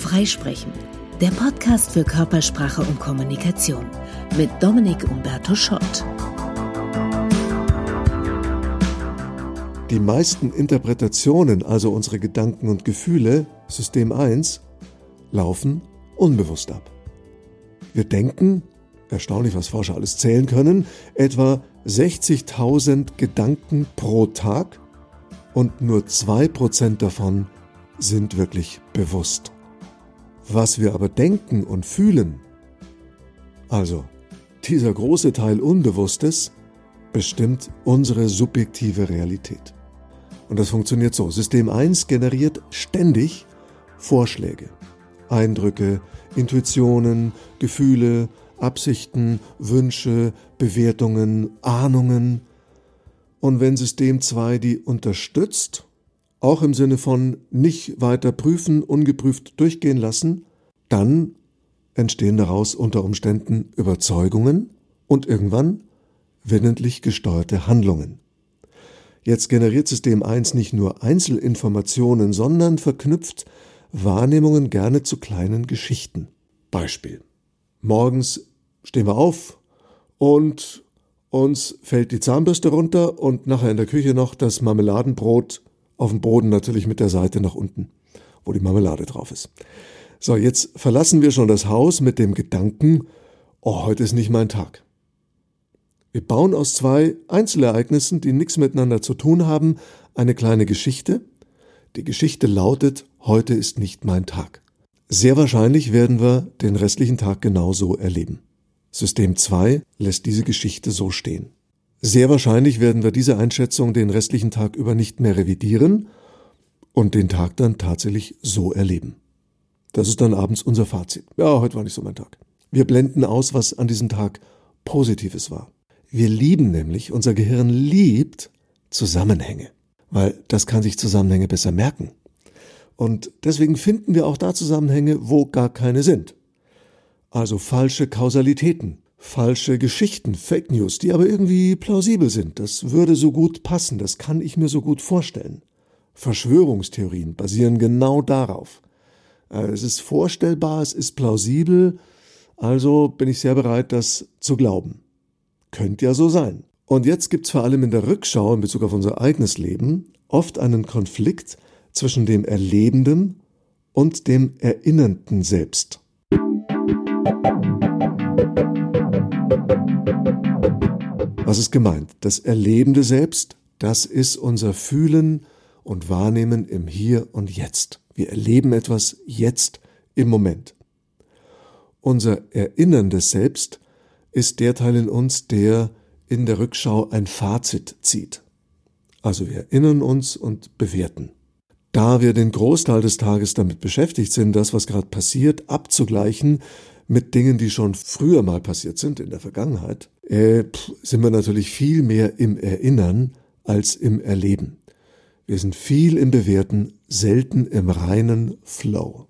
Freisprechen, der Podcast für Körpersprache und Kommunikation mit Dominik Umberto Schott. Die meisten Interpretationen, also unsere Gedanken und Gefühle, System 1, laufen unbewusst ab. Wir denken, erstaunlich, was Forscher alles zählen können, etwa 60.000 Gedanken pro Tag und nur 2% davon sind wirklich bewusst. Was wir aber denken und fühlen, also dieser große Teil Unbewusstes, bestimmt unsere subjektive Realität. Und das funktioniert so. System 1 generiert ständig Vorschläge, Eindrücke, Intuitionen, Gefühle, Absichten, Wünsche, Bewertungen, Ahnungen. Und wenn System 2 die unterstützt, auch im Sinne von nicht weiter prüfen, ungeprüft durchgehen lassen, dann entstehen daraus unter Umständen Überzeugungen und irgendwann willentlich gesteuerte Handlungen. Jetzt generiert System 1 nicht nur Einzelinformationen, sondern verknüpft Wahrnehmungen gerne zu kleinen Geschichten. Beispiel: Morgens stehen wir auf und uns fällt die Zahnbürste runter und nachher in der Küche noch das Marmeladenbrot auf dem Boden, natürlich mit der Seite nach unten, wo die Marmelade drauf ist. So, jetzt verlassen wir schon das Haus mit dem Gedanken, oh, heute ist nicht mein Tag. Wir bauen aus zwei Einzelereignissen, die nichts miteinander zu tun haben, eine kleine Geschichte. Die Geschichte lautet, heute ist nicht mein Tag. Sehr wahrscheinlich werden wir den restlichen Tag genauso erleben. System 2 lässt diese Geschichte so stehen. Sehr wahrscheinlich werden wir diese Einschätzung den restlichen Tag über nicht mehr revidieren und den Tag dann tatsächlich so erleben. Das ist dann abends unser Fazit. Ja, heute war nicht so mein Tag. Wir blenden aus, was an diesem Tag Positives war. Wir lieben nämlich, unser Gehirn liebt Zusammenhänge, weil das kann sich Zusammenhänge besser merken. Und deswegen finden wir auch da Zusammenhänge, wo gar keine sind. Also falsche Kausalitäten, falsche Geschichten, Fake News, die aber irgendwie plausibel sind. Das würde so gut passen, das kann ich mir so gut vorstellen. Verschwörungstheorien basieren genau darauf. Es ist vorstellbar, es ist plausibel, also bin ich sehr bereit, das zu glauben. Könnte ja so sein. Und jetzt gibt es vor allem in der Rückschau in Bezug auf unser eigenes Leben oft einen Konflikt zwischen dem Erlebenden und dem erinnernden Selbst. Was ist gemeint? Das erlebende Selbst, das ist unser Fühlen und Wahrnehmen im Hier und Jetzt. Wir erleben etwas jetzt im Moment. Unser erinnerndes Selbst ist der Teil in uns, der in der Rückschau ein Fazit zieht. Also wir erinnern uns und bewerten. Da wir den Großteil des Tages damit beschäftigt sind, das, was gerade passiert, abzugleichen mit Dingen, die schon früher mal passiert sind, in der Vergangenheit, sind wir natürlich viel mehr im Erinnern als im Erleben. Wir sind viel im Bewerten, selten im reinen Flow.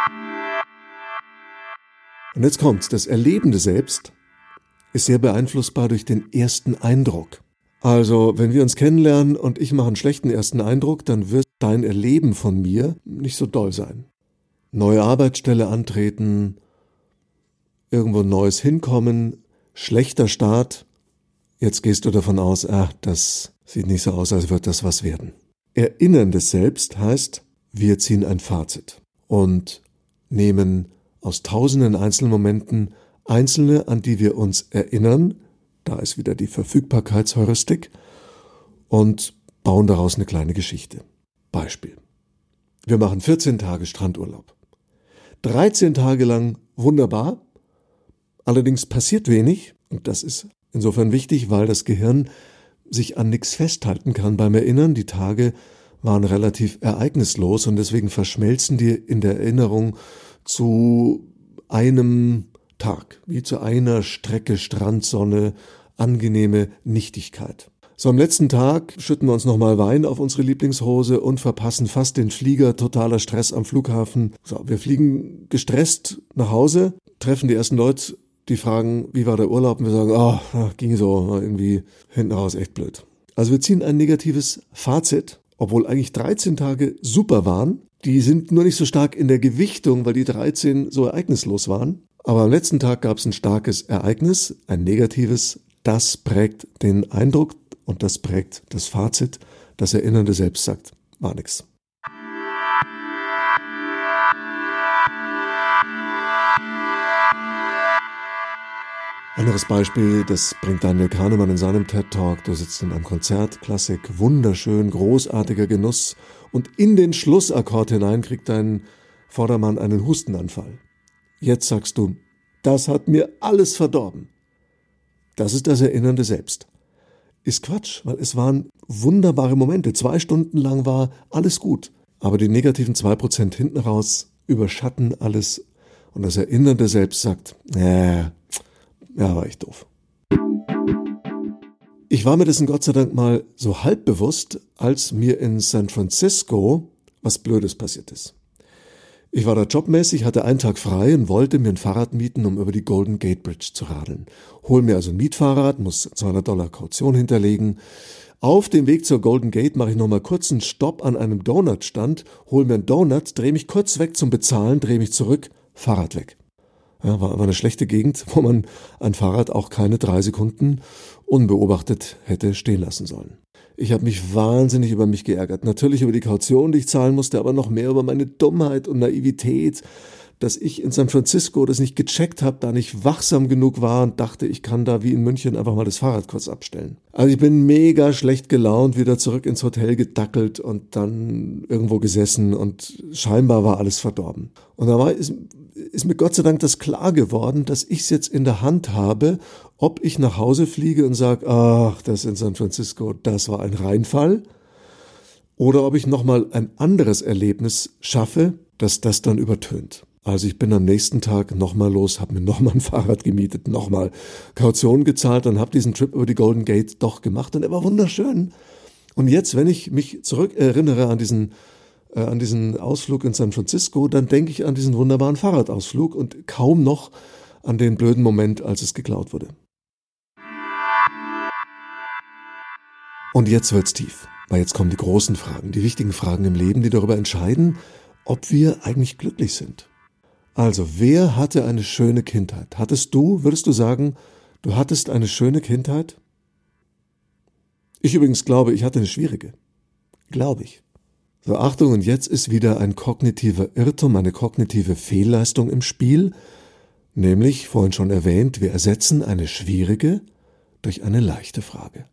Und jetzt kommt's, das erlebende Selbst ist sehr beeinflussbar durch den ersten Eindruck. Also, wenn wir uns kennenlernen und ich mache einen schlechten ersten Eindruck, dann wird dein Erleben von mir nicht so doll sein. Neue Arbeitsstelle antreten, irgendwo Neues hinkommen, schlechter Start. Jetzt gehst du davon aus, das sieht nicht so aus, als wird das was werden. Erinnerndes Selbst heißt, wir ziehen ein Fazit und nehmen aus tausenden Einzelmomenten einzelne, an die wir uns erinnern, da ist wieder die Verfügbarkeitsheuristik, und bauen daraus eine kleine Geschichte. Beispiel: Wir machen 14 Tage Strandurlaub. 13 Tage lang wunderbar, allerdings passiert wenig, und das ist insofern wichtig, weil das Gehirn sich an nichts festhalten kann beim Erinnern. Die Tage waren relativ ereignislos und deswegen verschmelzen die in der Erinnerung zu einem Tag, wie zu einer Strecke Strandsonne, angenehme Nichtigkeit. So, am letzten Tag schütten wir uns nochmal Wein auf unsere Lieblingshose und verpassen fast den Flieger, totaler Stress am Flughafen. So, wir fliegen gestresst nach Hause, treffen die ersten Leute, die fragen, wie war der Urlaub? Und wir sagen, ging so, war irgendwie hinten raus echt blöd. Also wir ziehen ein negatives Fazit obwohl eigentlich 13 Tage super waren. Die sind nur nicht so stark in der Gewichtung, weil die 13 so ereignislos waren. Aber am letzten Tag gab es ein starkes Ereignis, ein negatives. Das prägt den Eindruck und das prägt das Fazit. Das Erinnernde Selbst sagt, war nix. Anderes Beispiel, das bringt Daniel Kahnemann in seinem TED-Talk. Du sitzt in einem Konzert, Klassik, wunderschön, großartiger Genuss. Und in den Schlussakkord hinein kriegt dein Vordermann einen Hustenanfall. Jetzt sagst du, das hat mir alles verdorben. Das ist das Erinnernde Selbst. Ist Quatsch, weil es waren wunderbare Momente. 2 Stunden lang war alles gut. Aber die negativen 2% hinten raus überschatten alles. Und das Erinnernde Selbst sagt, ja, war echt doof. Ich war mir dessen Gott sei Dank mal so halb bewusst, als mir in San Francisco was Blödes passiert ist. Ich war da jobmäßig, hatte einen Tag frei und wollte mir ein Fahrrad mieten, um über die Golden Gate Bridge zu radeln. Hol mir also ein Mietfahrrad, muss $200 Kaution hinterlegen. Auf dem Weg zur Golden Gate mache ich nochmal kurz einen Stopp an einem Donutstand, hol mir einen Donut, drehe mich kurz weg zum Bezahlen, drehe mich zurück, Fahrrad weg. Ja, war aber eine schlechte Gegend, wo man ein Fahrrad auch keine 3 Sekunden unbeobachtet hätte stehen lassen sollen. Ich habe mich wahnsinnig über mich geärgert. Natürlich über die Kaution, die ich zahlen musste, aber noch mehr über meine Dummheit und Naivität, dass ich in San Francisco das nicht gecheckt habe, da nicht wachsam genug war und dachte, ich kann da wie in München einfach mal das Fahrrad kurz abstellen. Also ich bin mega schlecht gelaunt, wieder zurück ins Hotel gedackelt und dann irgendwo gesessen und scheinbar war alles verdorben. Und da ist mir Gott sei Dank das klar geworden, dass ich es jetzt in der Hand habe, ob ich nach Hause fliege und sage, ach, das in San Francisco, das war ein Reinfall, oder ob ich nochmal ein anderes Erlebnis schaffe, dass das dann übertönt. Also ich bin am nächsten Tag nochmal los, habe mir nochmal ein Fahrrad gemietet, nochmal Kaution gezahlt und habe diesen Trip über die Golden Gate doch gemacht und er war wunderschön. Und jetzt, wenn ich mich zurückerinnere an diesen Ausflug in San Francisco, dann denke ich an diesen wunderbaren Fahrradausflug und kaum noch an den blöden Moment, als es geklaut wurde. Und jetzt wird's tief, weil jetzt kommen die großen Fragen, die wichtigen Fragen im Leben, die darüber entscheiden, ob wir eigentlich glücklich sind. Also, wer hatte eine schöne Kindheit? Würdest du sagen, du hattest eine schöne Kindheit? Ich übrigens glaube, ich hatte eine schwierige. Glaube ich. So, Achtung, und jetzt ist wieder ein kognitiver Irrtum, eine kognitive Fehlleistung im Spiel, nämlich, vorhin schon erwähnt, wir ersetzen eine schwierige durch eine leichte Frage.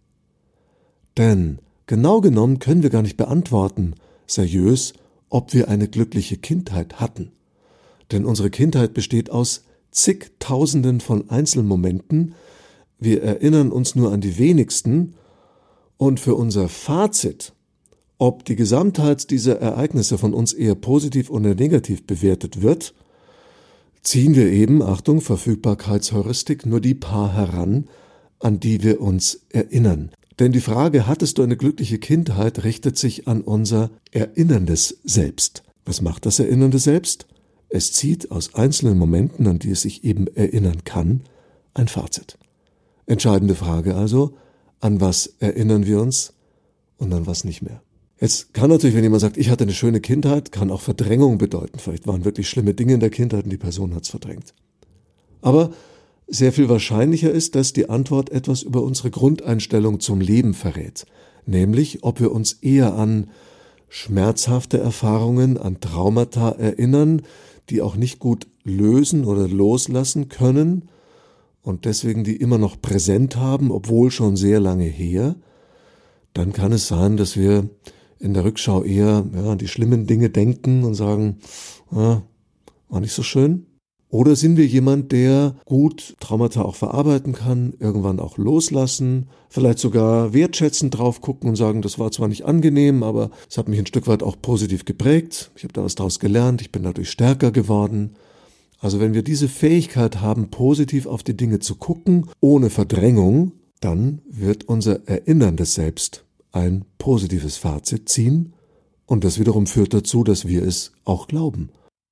Denn genau genommen können wir gar nicht beantworten, seriös, ob wir eine glückliche Kindheit hatten. Denn unsere Kindheit besteht aus zigtausenden von Einzelmomenten. Wir erinnern uns nur an die wenigsten. Und für unser Fazit, ob die Gesamtheit dieser Ereignisse von uns eher positiv oder negativ bewertet wird, ziehen wir eben, Achtung, Verfügbarkeitsheuristik, nur die paar heran, an die wir uns erinnern. Denn die Frage, hattest du eine glückliche Kindheit, richtet sich an unser erinnerndes Selbst. Was macht das erinnernde Selbst? Es zieht aus einzelnen Momenten, an die es sich eben erinnern kann, ein Fazit. Entscheidende Frage also, an was erinnern wir uns und an was nicht mehr. Jetzt kann natürlich, wenn jemand sagt, ich hatte eine schöne Kindheit, kann auch Verdrängung bedeuten. Vielleicht waren wirklich schlimme Dinge in der Kindheit und die Person hat es verdrängt. Aber sehr viel wahrscheinlicher ist, dass die Antwort etwas über unsere Grundeinstellung zum Leben verrät. Nämlich, ob wir uns eher an schmerzhafte Erfahrungen, an Traumata erinnern, die auch nicht gut lösen oder loslassen können und deswegen die immer noch präsent haben, obwohl schon sehr lange her, dann kann es sein, dass wir in der Rückschau eher an die schlimmen Dinge denken und sagen, war nicht so schön. Oder sind wir jemand, der gut Traumata auch verarbeiten kann, irgendwann auch loslassen, vielleicht sogar wertschätzend drauf gucken und sagen, das war zwar nicht angenehm, aber es hat mich ein Stück weit auch positiv geprägt, ich habe da was draus gelernt, ich bin dadurch stärker geworden. Also wenn wir diese Fähigkeit haben, positiv auf die Dinge zu gucken, ohne Verdrängung, dann wird unser erinnerndes Selbst ein positives Fazit ziehen und das wiederum führt dazu, dass wir es auch glauben.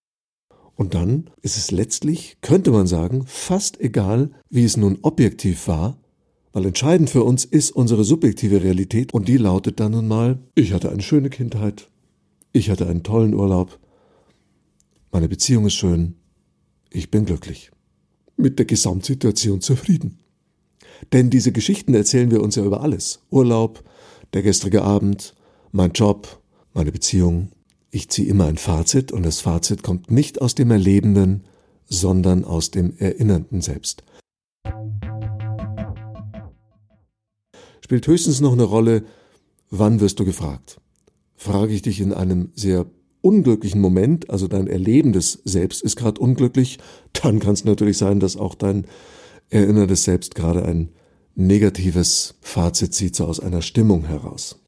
Und dann ist es letztlich, könnte man sagen, fast egal, wie es nun objektiv war, Weil entscheidend für uns ist unsere subjektive Realität und die lautet dann nun mal, ich hatte eine schöne Kindheit, ich hatte einen tollen Urlaub, meine Beziehung ist schön, ich bin glücklich, mit der Gesamtsituation zufrieden. Denn diese Geschichten erzählen wir uns ja über alles. Urlaub, der gestrige Abend, mein Job, meine Beziehung. Ich ziehe immer ein Fazit und das Fazit kommt nicht aus dem Erlebenden, sondern aus dem Erinnernden selbst. Spielt höchstens noch eine Rolle, wann wirst du gefragt? Frage ich dich in einem sehr unglücklichen Moment, also dein erlebendes Selbst ist gerade unglücklich, dann kann es natürlich sein, dass auch dein erinnerndes Selbst gerade ein negatives Fazit zieht, so aus einer Stimmung heraus.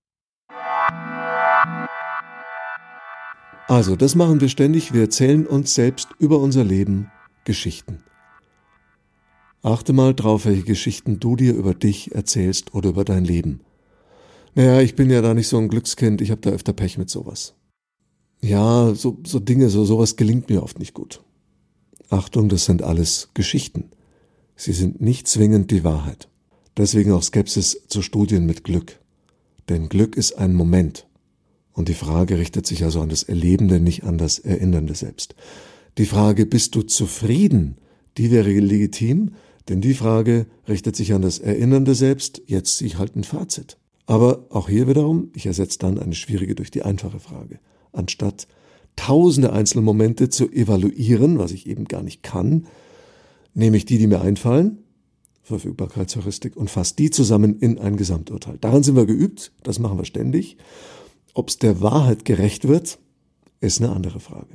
Also, das machen wir ständig, wir erzählen uns selbst über unser Leben Geschichten. Achte mal drauf, welche Geschichten du dir über dich erzählst oder über dein Leben. Naja, ich bin ja da nicht so ein Glückskind, ich habe da öfter Pech mit sowas. Ja, so Dinge, sowas gelingt mir oft nicht gut. Achtung, das sind alles Geschichten. Sie sind nicht zwingend die Wahrheit. Deswegen auch Skepsis zu Studien mit Glück. Denn Glück ist ein Moment. Und die Frage richtet sich also an das Erlebende, nicht an das Erinnernde selbst. Die Frage, bist du zufrieden? Die wäre legitim, denn die Frage richtet sich an das Erinnernde selbst. Jetzt ziehe ich halt ein Fazit. Aber auch hier wiederum, ich ersetze dann eine schwierige durch die einfache Frage. Anstatt tausende Einzelmomente zu evaluieren, was ich eben gar nicht kann, nehme ich die mir einfallen, Verfügbarkeitsheuristik, und fasse die zusammen in ein Gesamturteil. Daran sind wir geübt, das machen wir ständig. Ob es der Wahrheit gerecht wird, ist eine andere Frage.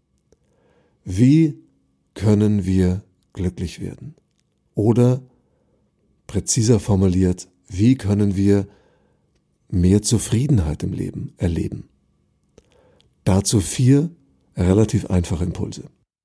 Wie können wir glücklich werden? Oder, präziser formuliert, wie können wir mehr Zufriedenheit im Leben erleben? Dazu 4 relativ einfache Impulse.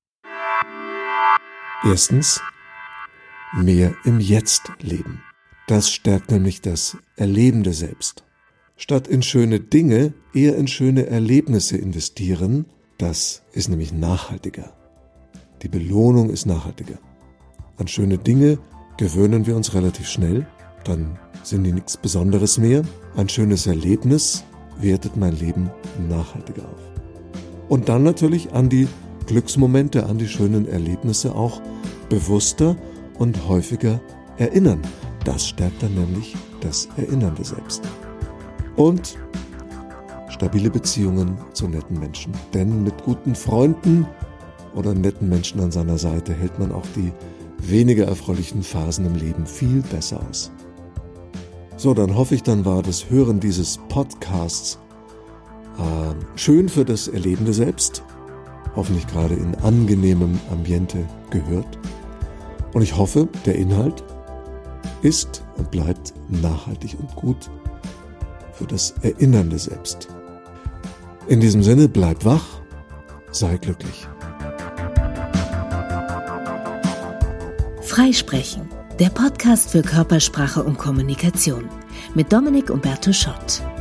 Erstens, mehr im Jetzt leben. Das stärkt nämlich das Erlebende selbst. Statt in schöne Dinge eher in schöne Erlebnisse investieren, das ist nämlich nachhaltiger. Die Belohnung ist nachhaltiger. An schöne Dinge gewöhnen wir uns relativ schnell, dann sind die nichts Besonderes mehr. Ein schönes Erlebnis wertet mein Leben nachhaltiger auf. Und dann natürlich an die Glücksmomente, an die schönen Erlebnisse auch bewusster und häufiger erinnern. Das stärkt dann nämlich das Erinnernde selbst. Und stabile Beziehungen zu netten Menschen. Denn mit guten Freunden oder netten Menschen an seiner Seite hält man auch die weniger erfreulichen Phasen im Leben viel besser aus. So, dann hoffe ich, dann war das Hören dieses Podcasts schön für das Erlebende selbst, hoffentlich gerade in angenehmem Ambiente gehört. Und ich hoffe, der Inhalt ist und bleibt nachhaltig und gut für das Erinnernde selbst. In diesem Sinne, bleib wach, sei glücklich. Freisprechen, der Podcast für Körpersprache und Kommunikation mit Dominic Umberto Schott.